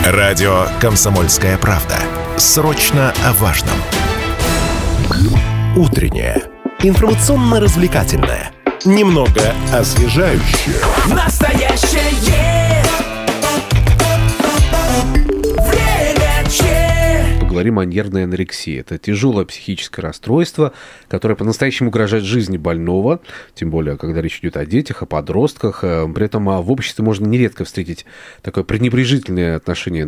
Радио «Комсомольская правда». Срочно о важном. Утреннее. Информационно-развлекательное. Немного освежающее. Настоящее время че. Поговорим о нервной анорексии. Это тяжелое психическое расстройство, которое по-настоящему угрожает жизни больного, тем более, когда речь идет о детях, о подростках. При этом в обществе можно нередко встретить такое пренебрежительное отношение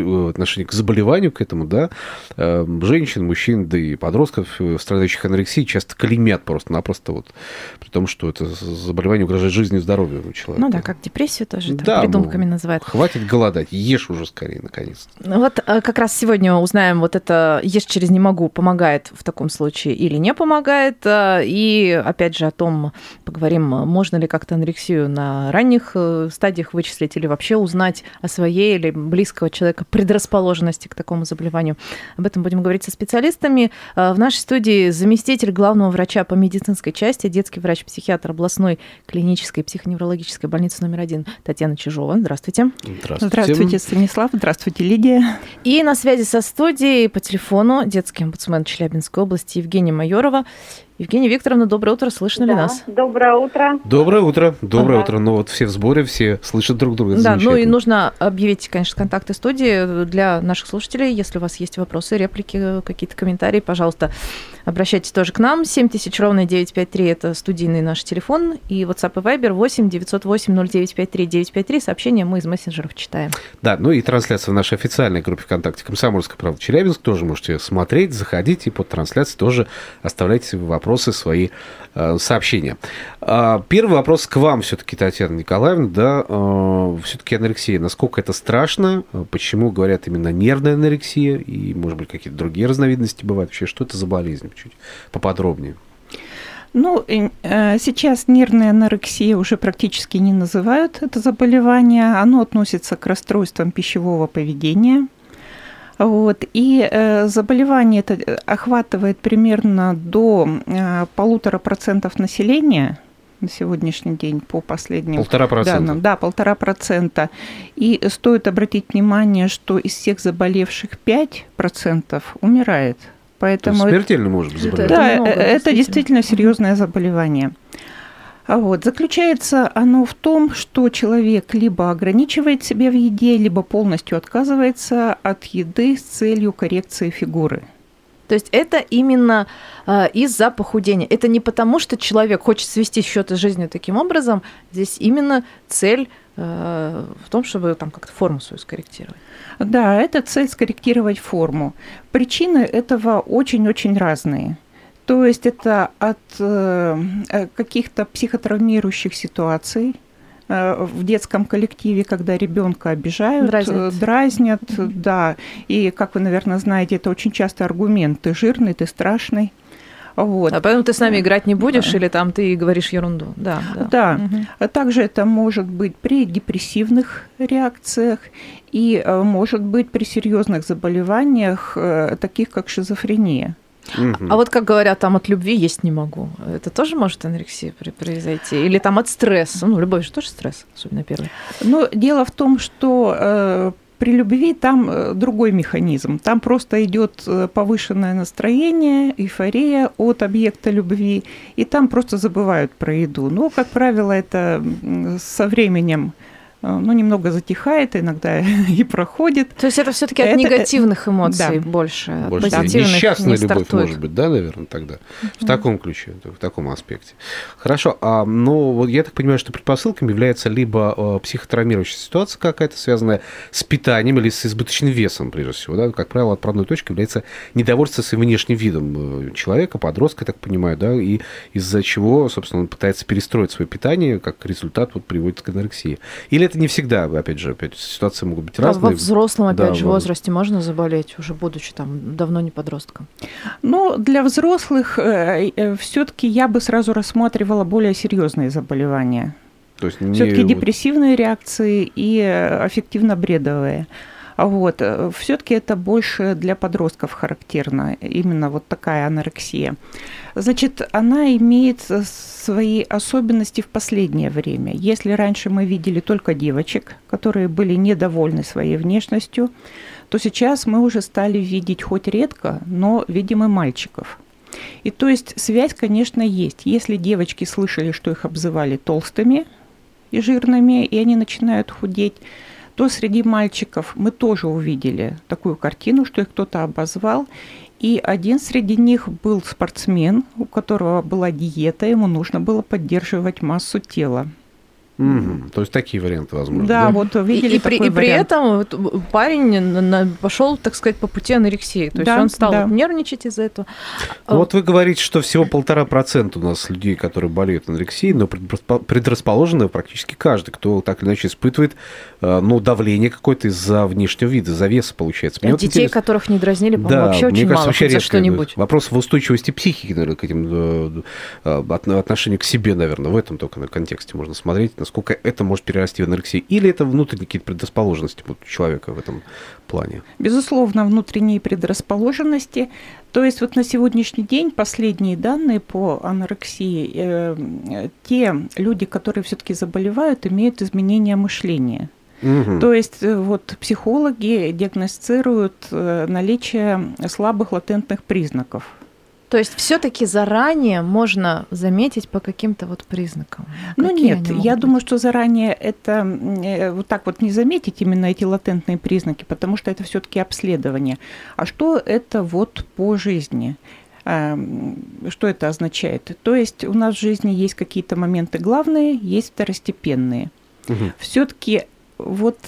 к заболеванию, к этому, да. Женщин, мужчин, да и подростков, страдающих анорексией, часто клеймят просто-напросто, вот, при том, что это заболевание угрожает жизни и здоровью человека. Ну да, как депрессию тоже придумками называют. Хватит голодать, ешь уже скорее, наконец-то. Вот как раз сегодня узнаем, вот это «ешь через не могу» помогает в таком случае или не помогает. И опять же о том поговорим, можно ли как-то анорексию на ранних стадиях вычислить или вообще узнать о своей или близкого человека предрасположенности к такому заболеванию. Об этом будем говорить со специалистами. В нашей студии заместитель главного врача по медицинской части, детский врач-психиатр областной клинической психоневрологической больницы номер 1 Татьяна Чижова. Здравствуйте. Здравствуйте, Станислав. Здравствуйте, Лидия. И на связи со студией по телефону детский омбудсмен Челябинской области Евгения Майорова. Евгения Викторовна, доброе утро. Слышно ли нас? Доброе утро. Доброе утро. Доброе утро. Ну вот все в сборе, все слышат друг друга. Да, ну и нужно объявить, конечно, контакты студии для наших слушателей. Если у вас есть вопросы, реплики, какие-то комментарии, пожалуйста, обращайтесь тоже к нам. 7000 ровно 953 – это студийный наш телефон. И WhatsApp и Viber 8 908 0953 953. Сообщения мы из мессенджеров читаем. Да, ну и трансляция в нашей официальной группе ВКонтакте «Комсомольская правда Челябинск». Тоже можете смотреть, заходить и под трансляцией тоже оставляйте вопросы, свои сообщения. Первый вопрос к вам все-таки, Татьяна Николаевна, да, все-таки анорексия, насколько это страшно, почему говорят именно нервная анорексия, и, может быть, какие-то другие разновидности бывают, вообще, что это за болезнь, чуть поподробнее? Ну, сейчас нервная анорексия уже практически не называют это заболевание, оно относится к расстройствам пищевого поведения. Вот. И заболевание это охватывает примерно до 1,5% населения на сегодняшний день по последним 1,5%. данным. Да, 1,5%. И стоит обратить внимание, что из всех заболевших 5% умирает. Поэтому смертельно может быть заболевание. Да, это действительно серьезное заболевание. Вот. Заключается оно в том, что человек либо ограничивает себя в еде, либо полностью отказывается от еды с целью коррекции фигуры. То есть это именно из-за похудения. Это не потому, что человек хочет свести счеты с жизнью таким образом. Здесь именно цель в том, чтобы там как-то форму свою скорректировать. Да, это цель скорректировать форму. Причины этого очень-очень разные. То есть это от каких-то психотравмирующих ситуаций в детском коллективе, когда ребенка обижают, дразнят, да. И, как вы, наверное, знаете, это очень часто аргумент: ты жирный, ты страшный. Вот. А поэтому ты с нами играть не будешь, или там ты говоришь ерунду. Да. Угу. Также это может быть при депрессивных реакциях и может быть при серьезных заболеваниях, таких как шизофрения. А вот как говорят, там от любви есть не могу. Это тоже может анорексия произойти? Или там от стресса? Ну, любовь же тоже стресс, особенно первый. Но дело в том, что при любви там другой механизм. Там просто идет повышенное настроение, эйфория от объекта любви, и там просто забывают про еду. Но, как правило, это со временем немного затихает, иногда и проходит. То есть это все-таки от негативных эмоций больше. Несчастная любовь, может быть, да, наверное, тогда? В таком ключе, в таком аспекте. Хорошо, но вот я так понимаю, что предпосылками является либо психотравмирующая ситуация какая-то, связанная с питанием или с избыточным весом, прежде всего. Да? Как правило, отправной точкой является недовольство своим внешним видом человека, подростка, я так понимаю, да, и из-за чего, собственно, он пытается перестроить свое питание, как результат приводит к анорексии. Или это не всегда, опять же, ситуации могут быть разные. Во взрослом, возрасте можно заболеть, уже будучи там давно не подростком? Ну, для взрослых все-таки я бы сразу рассматривала более серьезные заболевания. То есть все-таки депрессивные реакции и аффективно-бредовые. Вот. Все-таки это больше для подростков характерно, именно вот такая анорексия. Значит, она имеет свои особенности в последнее время. Если раньше мы видели только девочек, которые были недовольны своей внешностью, то сейчас мы уже стали видеть хоть редко, но видим и мальчиков. И то есть связь, конечно, есть. Если девочки слышали, что их обзывали толстыми и жирными, и они начинают худеть, то среди мальчиков мы тоже увидели такую картину, что их кто-то обозвал. И один среди них был спортсмен, у которого была диета, ему нужно было поддерживать массу тела. То есть такие варианты возможны. Да, вот видели такой вариант. При этом парень пошел, так сказать, по пути анорексии. То есть он стал нервничать из-за этого. Вот вы говорите, что всего 1,5% у нас людей, которые болеют анорексией, но предрасположены практически каждый, кто так или иначе испытывает давление какое-то из-за внешнего вида, из-за веса, получается. Детей, которых не дразнили, по-моему, вообще очень мало, хоть за что-нибудь. Вопрос в устойчивости психики, наверное, к этим отношению к себе, наверное, в этом только на контексте можно смотреть, насколько это может перерасти в анорексию, или это внутренние какие-то предрасположенности человека в этом плане? Безусловно, внутренние предрасположенности. То есть вот на сегодняшний день последние данные по анорексии, те люди, которые все-таки заболевают, имеют изменения мышления. То есть вот психологи диагностируют наличие слабых латентных признаков. То есть все-таки заранее можно заметить по каким-то вот признакам? Нет, я думаю, что заранее это вот так вот не заметить именно эти латентные признаки, потому что это все-таки обследование. А что это вот по жизни? Что это означает? То есть у нас в жизни есть какие-то моменты главные, есть второстепенные. Все-таки вот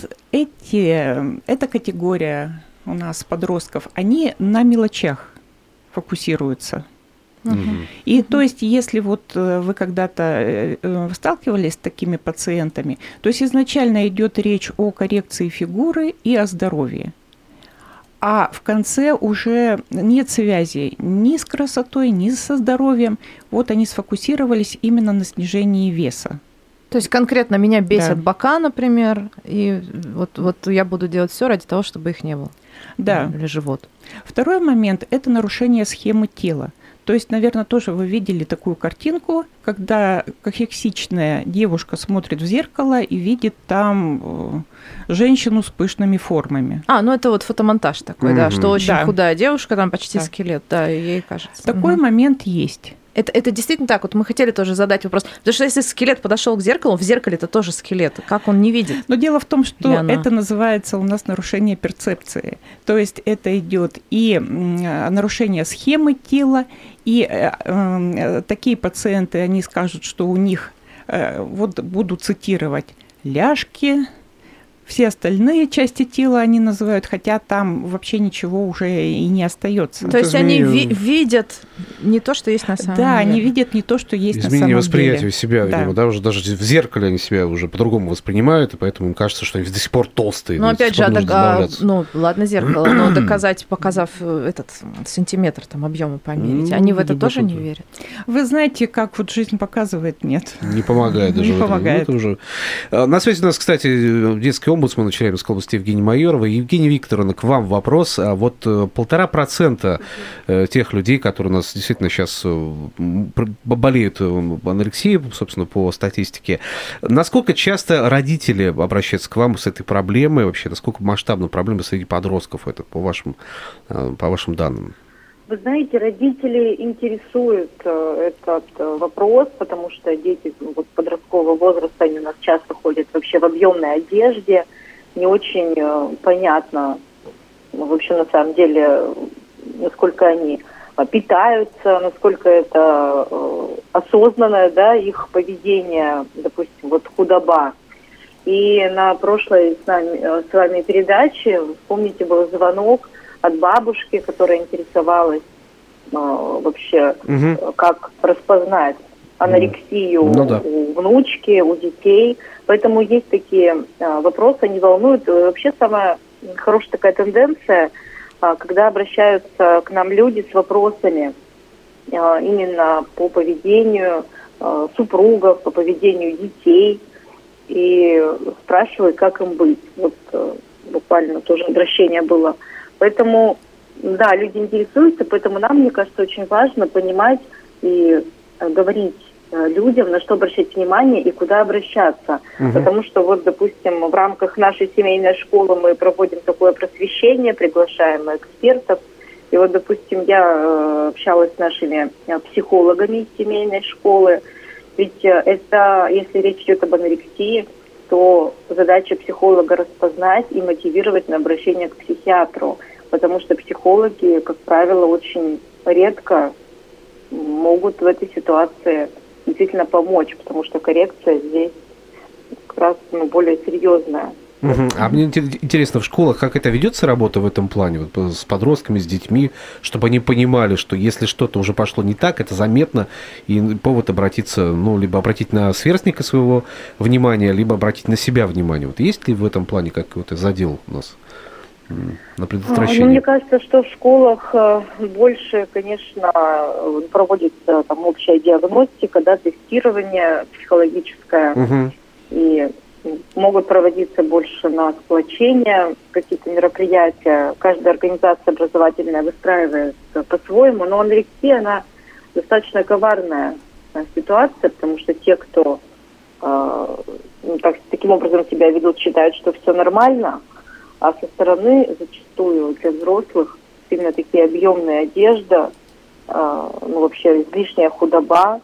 эта категория у нас подростков, они на мелочах фокусируются. И то есть, если вот вы когда-то сталкивались с такими пациентами, то есть изначально идет речь о коррекции фигуры и о здоровье. А в конце уже нет связи ни с красотой, ни со здоровьем. Вот они сфокусировались именно на снижении веса. То есть конкретно меня бесят бока, например, и вот я буду делать все ради того, чтобы их не было. Да. Или живот. Второй момент – это нарушение схемы тела. То есть, наверное, тоже вы видели такую картинку, когда кахексичная девушка смотрит в зеркало и видит там женщину с пышными формами. Это вот фотомонтаж такой, да, что очень худая девушка, там почти скелет, да, ей кажется. Такой момент есть. Это действительно так. Вот мы хотели тоже задать вопрос. Потому что если скелет подошел к зеркалу, в зеркале это тоже скелет. Как он не видит? Но дело в том, что это называется у нас нарушение перцепции. То есть это идет и нарушение схемы тела, и такие пациенты, они скажут, что у них, вот буду цитировать, ляжки, все остальные части тела они называют, хотя там вообще ничего уже и не остается. То есть они видят не то, что есть на самом деле. Да, они видят не то, что есть на самом деле. Изменение восприятия себя, видимо, да, уже даже в зеркале они себя уже по-другому воспринимают, и поэтому им кажется, что они до сих пор толстые. Ну, опять же, ладно, зеркало, но доказать, показав этот сантиметр там объема померить, они в это тоже не верят. Вы знаете, как вот жизнь показывает, нет. Не помогает даже. Не помогает. На связи у нас, кстати, детский омбудсман Челябинской области Евгения Майорова. Евгения Викторовна, к вам вопрос. Вот 1,5% тех людей, которые у нас действительно сейчас болеют анорексией, собственно, по статистике, насколько часто родители обращаются к вам с этой проблемой, вообще, насколько масштабна проблема среди подростков, это по вашим данным? Вы знаете, родители интересуют этот вопрос, потому что дети подросткового возраста, они у нас часто ходят вообще в объемной одежде. Не очень понятно, вообще на самом деле, насколько они питаются, насколько это осознанное, да, их поведение, допустим, худоба. И на прошлой с вами передаче, помните, был звонок от бабушки, которая интересовалась вообще, как распознать анорексию у внучки, у детей. Поэтому есть такие вопросы, они волнуют. Вообще самая хорошая такая тенденция, когда обращаются к нам люди с вопросами именно по поведению супругов, по поведению детей, и спрашивают, как им быть. буквально тоже обращение было. Поэтому, да, люди интересуются, поэтому нам, мне кажется, очень важно понимать и говорить людям, на что обращать внимание и куда обращаться. Потому что вот, допустим, в рамках нашей семейной школы мы проводим такое просвещение, приглашаем экспертов. И вот, допустим, я общалась с нашими психологами из семейной школы. Ведь это, если речь идет об анорексии, то задача психолога распознать и мотивировать на обращение к психиатру. Потому что психологи, как правило, очень редко могут в этой ситуации действительно помочь, потому что коррекция здесь как раз более серьезная. А мне интересно, в школах как это ведется работа в этом плане, вот, с подростками, с детьми, чтобы они понимали, что если что-то уже пошло не так, это заметно, и повод обратиться, либо обратить на сверстника своего внимания, либо обратить на себя внимание. Вот есть ли в этом плане какой-то задел у нас на предотвращение? Мне кажется, что в школах больше, конечно, проводится там общая диагностика, тестирование психологическое, и могут проводиться больше на сплочение какие-то мероприятия. Каждая организация образовательная выстраивает по-своему, но анорексия, она достаточно коварная ситуация, потому что те, кто таким образом себя ведут, считают, что все нормально, а со стороны зачастую для взрослых именно такие объемные одежда, вообще излишняя худоба,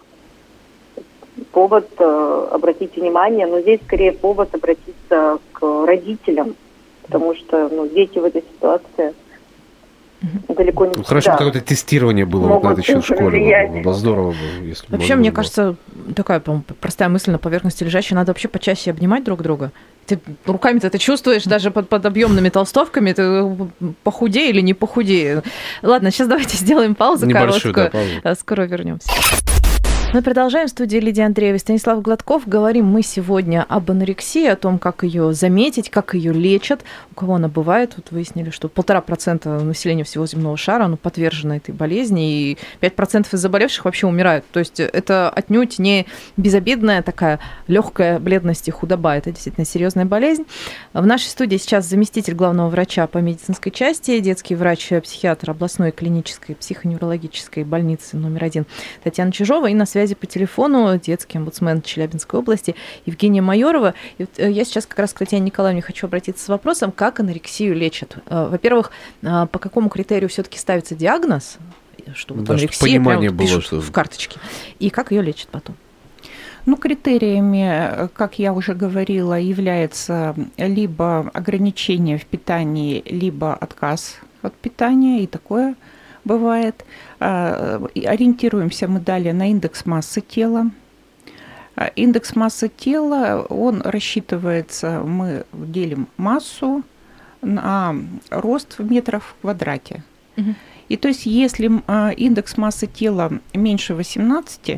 повод обратить внимание, но здесь скорее повод обратиться к родителям, потому что дети в этой ситуации далеко не всегда. Хорошо, какое-то тестирование было вот на этот счет в школе. Было здорово бы, если бы. Вообще, мне кажется, такая, по-моему, простая мысль на поверхности лежащая, надо вообще почаще обнимать друг друга. Ты руками-то ты чувствуешь, даже под объемными толстовками, ты похудее или не похудее. Ладно, сейчас давайте сделаем паузу небольшую, короткую. Да, скоро вернемся. Мы продолжаем. В студии Лидия Андреева и Станислав Гладков. Говорим мы сегодня об анорексии, о том, как ее заметить, как ее лечат, у кого она бывает. Вот выяснили, что 1,5% населения всего земного шара подвержено этой болезни, и 5% из заболевших вообще умирают. То есть это отнюдь не безобидная такая легкая бледность и худоба. Это действительно серьезная болезнь. В нашей студии сейчас заместитель главного врача по медицинской части, детский врач-психиатр областной клинической психоневрологической больницы номер 1 Татьяна Чижова, и на связи по телефону детский омбудсмен Челябинской области Евгения Майорова. И вот я сейчас как раз к Татьяне Николаевне хочу обратиться с вопросом, как анорексию лечат. Во-первых, по какому критерию все-таки ставится диагноз, что вот анорексия прямо вот пишут в карточке, и как ее лечат потом? Критериями, как я уже говорила, является либо ограничение в питании, либо отказ от питания, и такое бывает. Ориентируемся мы далее на индекс массы тела. Индекс массы тела, он рассчитывается, мы делим массу на рост в метрах в квадрате. И то есть, если индекс массы тела меньше 18,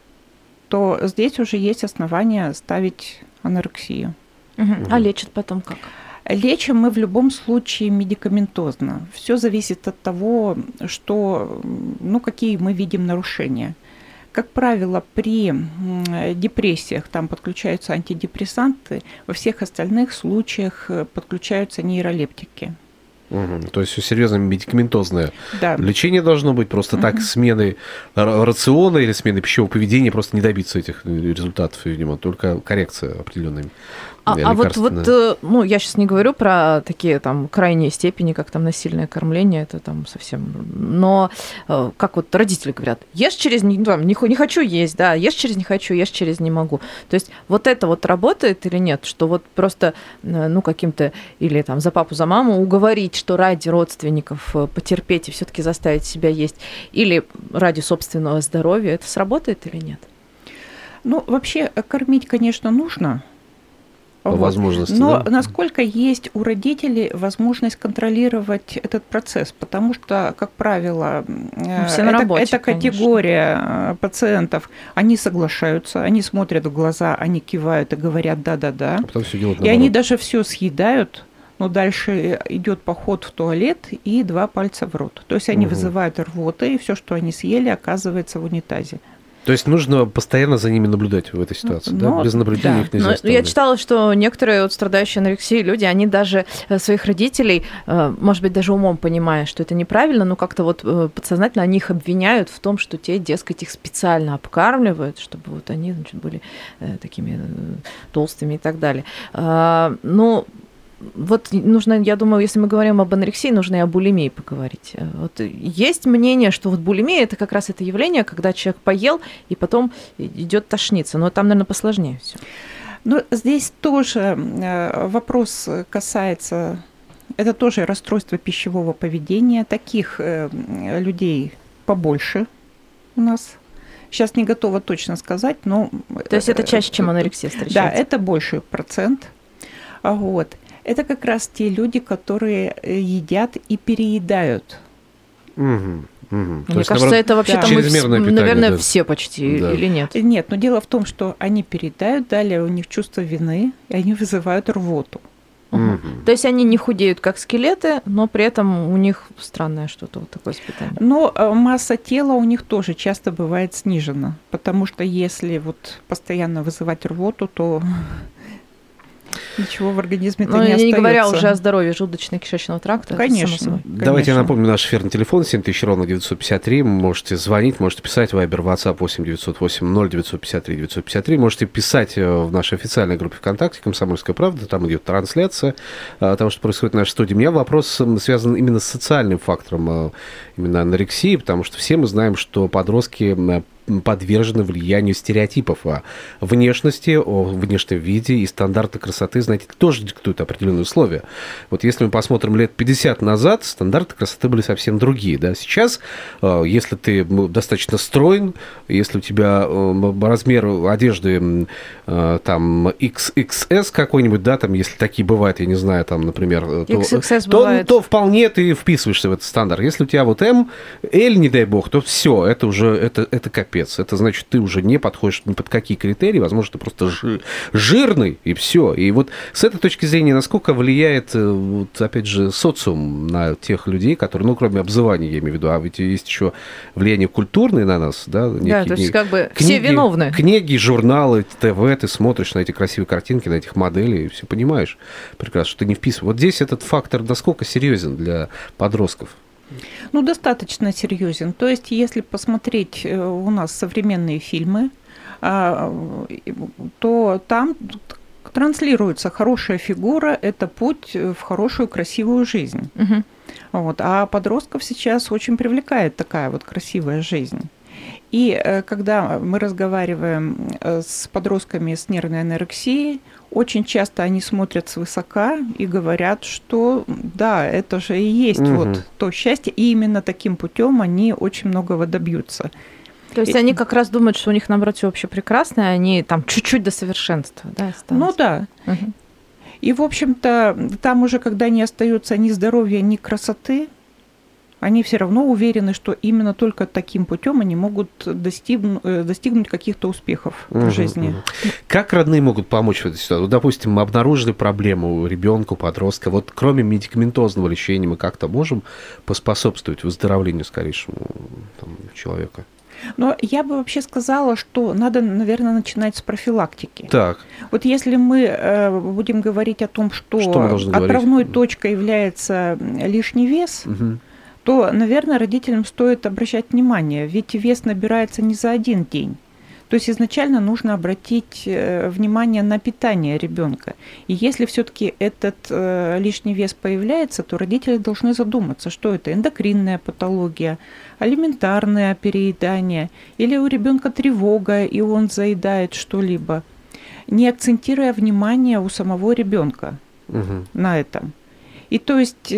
то здесь уже есть основания ставить анорексию. А лечат потом как? Лечим мы в любом случае медикаментозно. Все зависит от того, что, какие мы видим нарушения. Как правило, при депрессиях там подключаются антидепрессанты, во всех остальных случаях подключаются нейролептики. То есть все серьезно медикаментозное лечение должно быть, просто так смены рациона или смены пищевого поведения просто не добиться этих результатов, видимо, только коррекция определенной. А вот, я сейчас не говорю про такие там крайние степени, как там насильное кормление, это там совсем... Но как вот родители говорят, ешь через не хочу есть, да, ешь через не хочу, ешь через не могу. То есть вот это вот работает или нет, что вот просто, каким-то, или там за папу, за маму уговорить, что ради родственников потерпеть и все-таки заставить себя есть, или ради собственного здоровья, это сработает или нет? Вообще кормить, конечно, нужно. По возможности, но насколько есть у родителей возможность контролировать этот процесс, потому что, как правило, эта категория пациентов, они соглашаются, они смотрят в глаза, они кивают и говорят «да-да-да», и они даже все съедают, но дальше идет поход в туалет и 2 пальца в рот. То есть они вызывают рвоты, и все, что они съели, оказывается в унитазе. То есть нужно постоянно за ними наблюдать в этой ситуации, да? Без наблюдения их нельзя оставлять. Я читала, что некоторые вот страдающие анорексией люди, они даже своих родителей, может быть, даже умом понимая, что это неправильно, но как-то вот подсознательно они их обвиняют в том, что те, дескать, их специально обкармливают, чтобы вот они, значит, были такими толстыми и так далее. Вот нужно, я думаю, если мы говорим об анорексии, нужно и о булимии поговорить. Вот есть мнение, что вот булимия – это как раз это явление, когда человек поел и потом идет тошниться. Но там, наверное, посложнее все. Ну, здесь тоже вопрос касается, это тоже расстройство пищевого поведения. Таких людей побольше у нас. Сейчас не готова точно сказать, но… То есть это чаще, чем анорексия встречается? Да, это больший процент. Вот. Это как раз те люди, которые едят и переедают. Мне кажется, это вообще-то мы, наверное, все почти, или нет? Нет, но дело в том, что они переедают, далее у них чувство вины, и они вызывают рвоту. То есть они не худеют, как скелеты, но при этом у них странное что-то, вот такое воспитание. Но масса тела у них тоже часто бывает снижена, потому что если вот постоянно вызывать рвоту, то… Ничего в организме-то не остается. Не говоря уже о здоровье желудочно-кишечного тракта. Конечно. Давайте я напомню наш эфирный телефон 7000-953. Можете звонить, можете писать. Вайбер, WhatsApp 8-908-0953-953. Можете писать в нашей официальной группе ВКонтакте «Комсомольская правда». Там идет трансляция того, что происходит в нашей студии. У меня вопрос связан именно с социальным фактором именно анорексии, потому что все мы знаем, что подростки подвержены влиянию стереотипов о внешности, о внешнем виде, и стандарты красоты, знаете, тоже диктуют определенные условия. Вот если мы посмотрим лет 50 назад, стандарты красоты были совсем другие. Да? Сейчас, если ты достаточно строен, если у тебя размер одежды там XXS какой-нибудь, да, там, если такие бывают, я не знаю, там, например, то вполне ты вписываешься в этот стандарт. Если у тебя вот М, L, не дай бог, то все, это уже, это капец. Это значит, ты уже не подходишь ни под какие критерии, возможно, ты просто жирный, и все. И вот с этой точки зрения, насколько влияет, вот, опять же, социум на тех людей, которые, ну, кроме обзывания, я имею в виду, а ведь есть еще влияние культурное на нас, да? Да, то есть как бы все виновны. Книги, журналы, ТВ, ты смотришь на эти красивые картинки, на этих моделей, и все понимаешь прекрасно, что ты не вписываешь. Вот здесь этот фактор насколько серьезен для подростков? Ну, достаточно серьезен. То есть, если посмотреть у нас современные фильмы, то там транслируется хорошая фигура – это путь в хорошую, красивую жизнь. Вот. А подростков сейчас очень привлекает такая вот красивая жизнь. И когда мы разговариваем с подростками с нервной анорексией, очень часто они смотрят свысока и говорят, что да, это же и есть вот то счастье, и именно таким путем они очень многого добьются. То есть они как раз думают, что у них, наоборот, все вообще прекрасно, и они там чуть-чуть до совершенства, да, останутся. Ну да. И, в общем-то, там уже, когда не остается ни здоровья, ни красоты, они все равно уверены, что именно только таким путем они могут достигнуть каких-то успехов в жизни. Как родные могут помочь в этой ситуации? Вот, допустим, мы обнаружили проблему у ребенка, у подростка. Вот кроме медикаментозного лечения мы как-то можем поспособствовать выздоровлению скорейшему человека? Но я бы вообще сказала, что надо, наверное, начинать с профилактики. Так. Вот если мы будем говорить о том, что отправной точкой является лишний вес, то, наверное, родителям стоит обращать внимание, ведь вес набирается не за один день. То есть изначально нужно обратить внимание на питание ребенка. И если все-таки этот лишний вес появляется, то родители должны задуматься, что это эндокринная патология, алиментарное переедание, или у ребенка тревога, и он заедает что-либо, не акцентируя внимание у самого ребенка на этом. И то есть,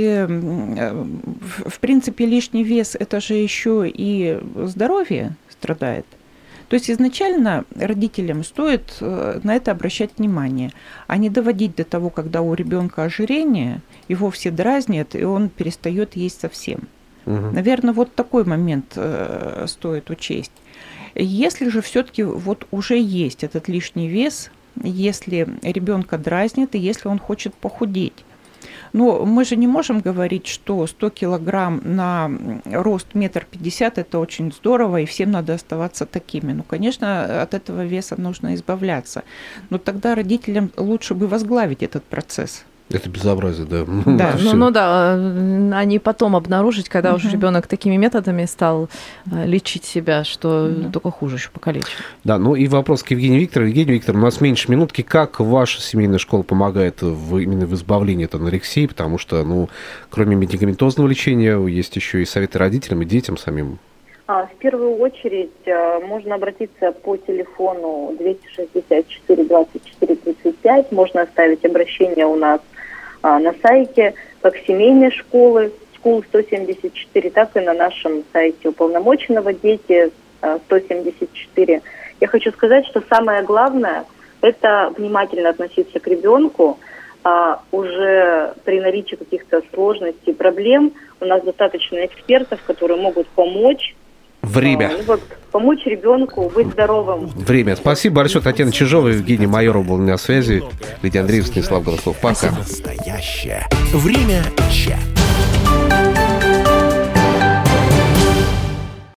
в принципе, лишний вес – это же еще и здоровье страдает. То есть изначально родителям стоит на это обращать внимание, а не доводить до того, когда у ребенка ожирение, его все дразнят, и он перестает есть совсем. Наверное, вот такой момент стоит учесть. Если же все-таки вот уже есть этот лишний вес, если ребенка дразнит и если он хочет похудеть, Но мы же не можем говорить, что 100 килограмм на рост 1,50 м – это очень здорово, и всем надо оставаться такими. Ну, конечно, от этого веса нужно избавляться. Но тогда родителям лучше бы возглавить этот процесс. Это безобразие, да. Да, да, а не потом обнаружить, когда уже ребенок такими методами стал лечить себя, что только хуже еще покалечит. Да, ну и вопрос к Евгении Викторовне. Евгения Викторовна, у нас меньше минутки. Как ваша семейная школа помогает именно в избавлении от анорексии? Потому что, кроме медикаментозного лечения, есть еще и советы родителям и детям самим. В первую очередь можно обратиться по телефону 264 24 35. Можно оставить обращение у нас на сайте как семейной школы School 174, так и на нашем сайте уполномоченного дети 174. Я хочу сказать, что самое главное – это внимательно относиться к ребенку. Уже при наличии каких-то сложностей, проблем у нас достаточно экспертов, которые могут помочь. Время. Помочь ребенку быть здоровым. Время. Спасибо большое. Татьяна Чижова, Евгений Майоров был на связи. Лидия Андреевна, Станислав Голосов. Пока. Настоящее время чат.